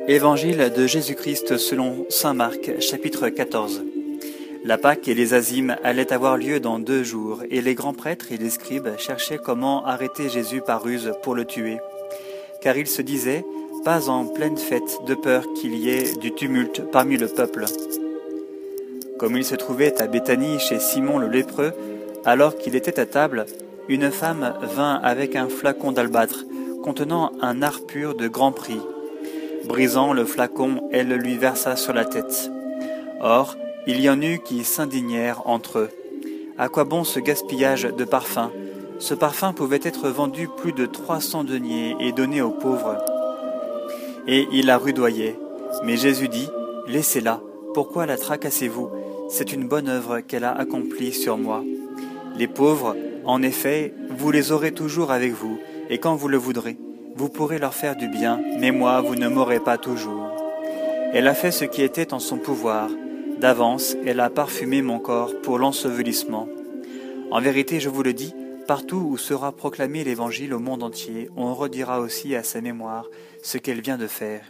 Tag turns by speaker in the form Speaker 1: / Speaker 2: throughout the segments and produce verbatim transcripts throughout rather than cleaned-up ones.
Speaker 1: Évangile de Jésus-Christ selon saint Marc, chapitre quatorze. La Pâque et les azymes allaient avoir lieu dans deux jours, et les grands prêtres et les scribes cherchaient comment arrêter Jésus par ruse pour le tuer. Car ils se disaient, pas en pleine fête, de peur qu'il y ait du tumulte parmi le peuple. Comme il se trouvait à Béthanie chez Simon le lépreux, alors qu'il était à table, une femme vint avec un flacon d'albâtre contenant un nard pur de grand prix. Brisant le flacon, elle le lui versa sur la tête. Or, il y en eut qui s'indignèrent entre eux. À quoi bon ce gaspillage de parfum? Ce parfum pouvait être vendu plus de trois cents deniers et donné aux pauvres. Et il la rudoyait. Mais Jésus dit, « Laissez-la, pourquoi la tracassez-vous? C'est une bonne œuvre qu'elle a accomplie sur moi. Les pauvres, en effet, vous les aurez toujours avec vous, et quand vous le voudrez. Vous pourrez leur faire du bien, mais moi, vous ne m'aurez pas toujours. » Elle a fait ce qui était en son pouvoir. D'avance, elle a parfumé mon corps pour l'ensevelissement. En vérité, je vous le dis, partout où sera proclamé l'Évangile au monde entier, on redira aussi à sa mémoire ce qu'elle vient de faire.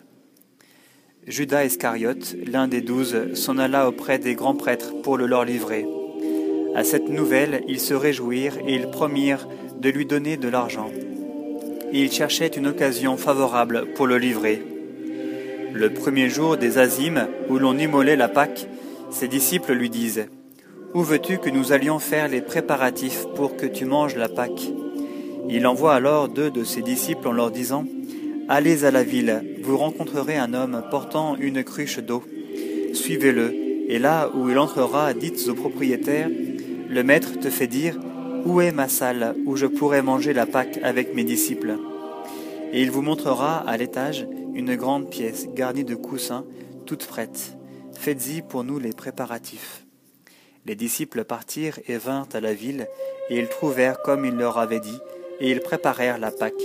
Speaker 1: Judas Iscariote, l'un des douze, s'en alla auprès des grands prêtres pour le leur livrer. À cette nouvelle, ils se réjouirent et ils promirent de lui donner de l'argent. Et ils cherchaient une occasion favorable pour le livrer. Le premier jour des azymes, où l'on immolait la Pâque, ses disciples lui disent « Où veux-tu que nous allions faire les préparatifs pour que tu manges la Pâque ?» Il envoie alors deux de ses disciples en leur disant « Allez à la ville, vous rencontrerez un homme portant une cruche d'eau. Suivez-le, et là où il entrera, dites au propriétaire « Le maître te fait dire « Où est ma salle où je pourrais manger la Pâque avec mes disciples ?» Et il vous montrera à l'étage une grande pièce garnie de coussins, toute prête. Faites-y pour nous les préparatifs. » Les disciples partirent et vinrent à la ville, et ils trouvèrent comme il leur avait dit, et ils préparèrent la Pâque.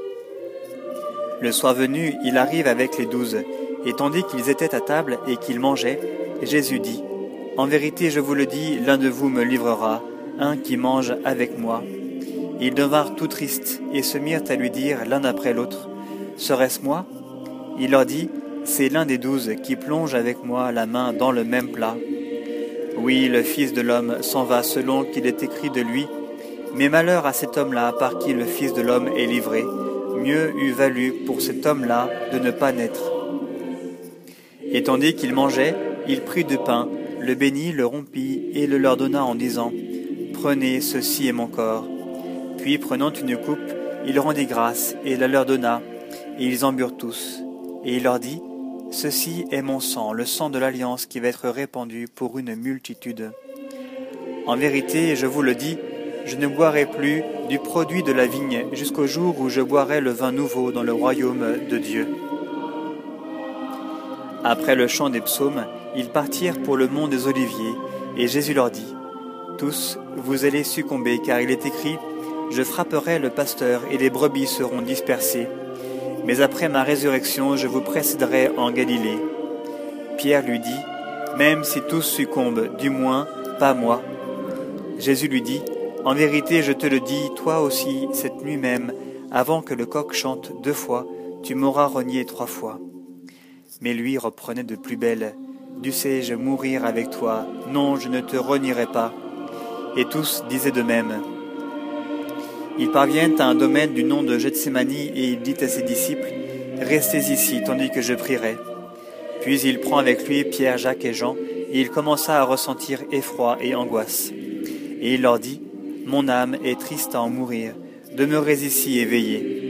Speaker 1: Le soir venu, il arrive avec les douze, et tandis qu'ils étaient à table et qu'ils mangeaient, Jésus dit, « En vérité, je vous le dis, l'un de vous me livrera, un qui mange avec moi. » Ils devinrent tout tristes et se mirent à lui dire l'un après l'autre, « Serait-ce moi ?» Il leur dit, « C'est l'un des douze qui plonge avec moi la main dans le même plat. Oui, le Fils de l'homme s'en va selon qu'il est écrit de lui, mais malheur à cet homme-là par qui le Fils de l'homme est livré. Mieux eût valu pour cet homme-là de ne pas naître. » Et tandis qu'il mangeait, il prit du pain, le bénit, le rompit et le leur donna en disant, « Prenez, ceci est mon corps. » Puis, prenant une coupe, il rendit grâce et la leur donna, et ils en burent tous. Et il leur dit, « Ceci est mon sang, le sang de l'alliance qui va être répandu pour une multitude. En vérité, je vous le dis, je ne boirai plus du produit de la vigne jusqu'au jour où je boirai le vin nouveau dans le royaume de Dieu. » Après le chant des psaumes, ils partirent pour le mont des Oliviers, et Jésus leur dit, « Tous, vous allez succomber, car il est écrit, « Je frapperai le pasteur et les brebis seront dispersées. Mais après ma résurrection, je vous précéderai en Galilée. » Pierre lui dit, « Même si tous succombent, du moins, pas moi. » Jésus lui dit, « En vérité, je te le dis, toi aussi, cette nuit même, avant que le coq chante deux fois, tu m'auras renié trois fois. » Mais lui reprenait de plus belle, « Dussé-je mourir avec toi? Non, je ne te renierai pas. » Et tous disaient de même. Ils parviennent à un domaine du nom de Gethsémani et il dit à ses disciples, « Restez ici, tandis que je prierai. » Puis il prend avec lui Pierre, Jacques et Jean, et il commença à ressentir effroi et angoisse. Et il leur dit, « Mon âme est triste à en mourir, demeurez ici et veillez. »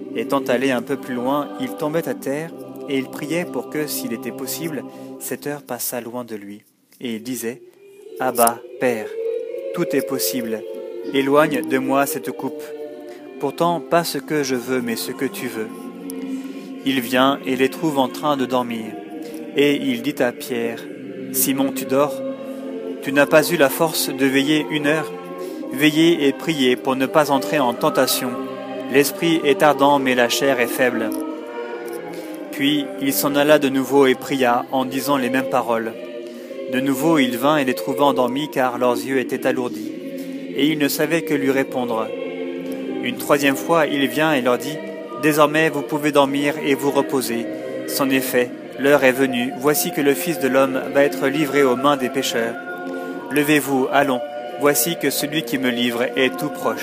Speaker 1: Étant allé un peu plus loin, il tombait à terre, et il priait pour que, s'il était possible, cette heure passât loin de lui. Et il disait, « Abba, Père, tout est possible. Éloigne de moi cette coupe. Pourtant, pas ce que je veux, mais ce que tu veux. » Il vient et les trouve en train de dormir. Et il dit à Pierre, « Simon, tu dors? Tu n'as pas eu la force de veiller une heure? Veillez et priez pour ne pas entrer en tentation. L'esprit est ardent, mais la chair est faible. » Puis il s'en alla de nouveau et pria en disant les mêmes paroles. De nouveau il vint et les trouva endormis car leurs yeux étaient alourdis. Et ils ne savaient que lui répondre. Une troisième fois il vient et leur dit, « Désormais vous pouvez dormir et vous reposer. c'en est fait, l'heure est venue, voici que le Fils de l'homme va être livré aux mains des pécheurs. Levez-vous, allons, voici que celui qui me livre est tout proche. »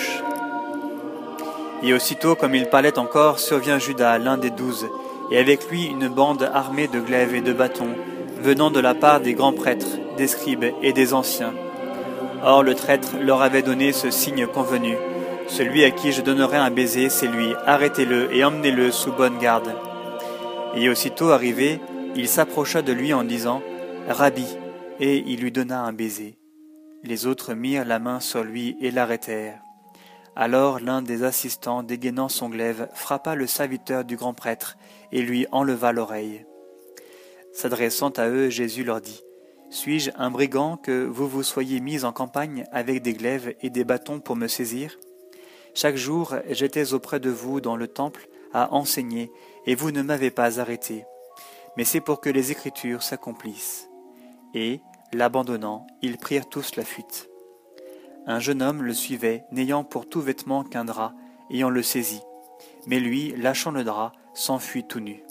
Speaker 1: Et aussitôt, comme il parlait encore, survient Judas, l'un des douze, et avec lui une bande armée de glaives et de bâtons, venant de la part des grands prêtres, des scribes et des anciens. Or le traître leur avait donné ce signe convenu. « Celui à qui je donnerai un baiser, c'est lui, arrêtez-le et emmenez-le sous bonne garde. » Et aussitôt arrivé, il s'approcha de lui en disant « Rabbi », et il lui donna un baiser. Les autres mirent la main sur lui et l'arrêtèrent. Alors l'un des assistants, dégainant son glaive, frappa le serviteur du grand prêtre et lui enleva l'oreille. S'adressant à eux, Jésus leur dit « Suis-je un brigand que vous vous soyez mis en campagne avec des glaives et des bâtons pour me saisir ? Chaque jour, j'étais auprès de vous dans le temple à enseigner, et vous ne m'avez pas arrêté. Mais c'est pour que les Écritures s'accomplissent. » Et, l'abandonnant, ils prirent tous la fuite. Un jeune homme le suivait, n'ayant pour tout vêtement qu'un drap, et on le saisit. Mais lui, lâchant le drap, s'enfuit tout nu.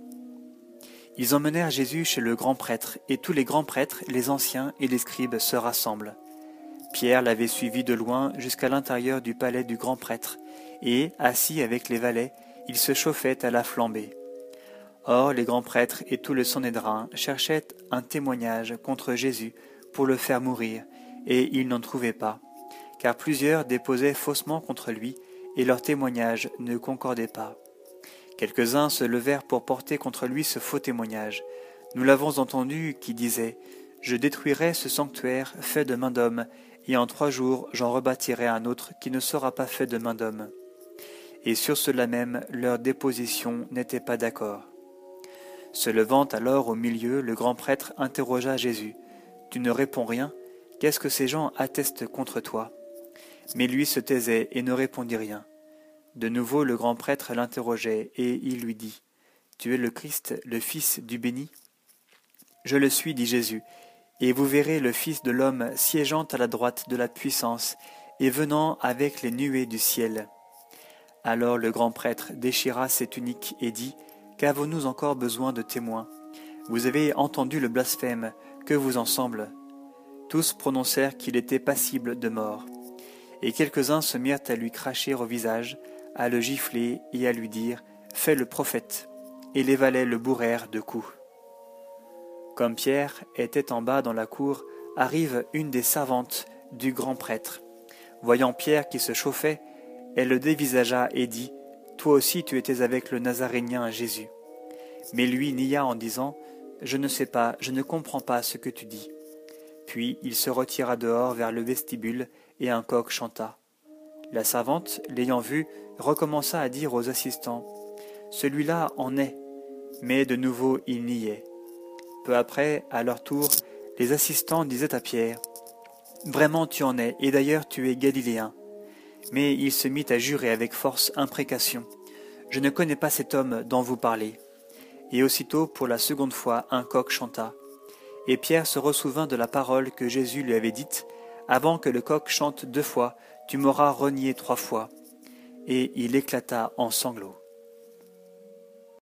Speaker 1: Ils emmenèrent Jésus chez le grand prêtre, et tous les grands prêtres, les anciens et les scribes se rassemblent. Pierre l'avait suivi de loin jusqu'à l'intérieur du palais du grand prêtre, et, assis avec les valets, il se chauffait à la flambée. Or, les grands prêtres et tout le Sanhédrin cherchaient un témoignage contre Jésus pour le faire mourir, et ils n'en trouvaient pas, car plusieurs déposaient faussement contre lui, et leur témoignage ne concordait pas. Quelques-uns se levèrent pour porter contre lui ce faux témoignage. Nous l'avons entendu qui disait « Je détruirai ce sanctuaire fait de main d'homme, et en trois jours j'en rebâtirai un autre qui ne sera pas fait de main d'homme. » Et sur cela même, leur déposition n'était pas d'accord. Se levant alors au milieu, le grand prêtre interrogea Jésus. « Tu ne réponds rien ? Qu'est-ce que ces gens attestent contre toi ?» Mais lui se taisait et ne répondit rien. De nouveau le grand prêtre l'interrogeait, et il lui dit « Tu es le Christ, le Fils du béni ?»« Je le suis, dit Jésus, et vous verrez le Fils de l'homme siégeant à la droite de la puissance et venant avec les nuées du ciel. » Alors le grand prêtre déchira ses tuniques et dit « Qu'avons-nous encore besoin de témoins ? Vous avez entendu le blasphème, que vous en semble ?» Tous prononcèrent qu'il était passible de mort. Et quelques-uns se mirent à lui cracher au visage, à le gifler et à lui dire « Fais le prophète !» Et les valets le bourrèrent de coups. Comme Pierre était en bas dans la cour, arrive une des servantes du grand prêtre. Voyant Pierre qui se chauffait, elle le dévisagea et dit « Toi aussi tu étais avec le Nazarénien Jésus. » Mais lui nia en disant « Je ne sais pas, je ne comprends pas ce que tu dis. » Puis il se retira dehors vers le vestibule et un coq chanta. La servante, l'ayant vu, recommença à dire aux assistants « Celui-là en est. » Mais de nouveau il niait. Peu après, à leur tour, les assistants disaient à Pierre « Vraiment tu en es, et d'ailleurs tu es galiléen. » Mais il se mit à jurer avec force imprécation. « Je ne connais pas cet homme dont vous parlez. » Et aussitôt, pour la seconde fois, un coq chanta. Et Pierre se ressouvint de la parole que Jésus lui avait dite « Avant que le coq chante deux fois, tu m'auras renié trois fois. » Et il éclata en sanglots.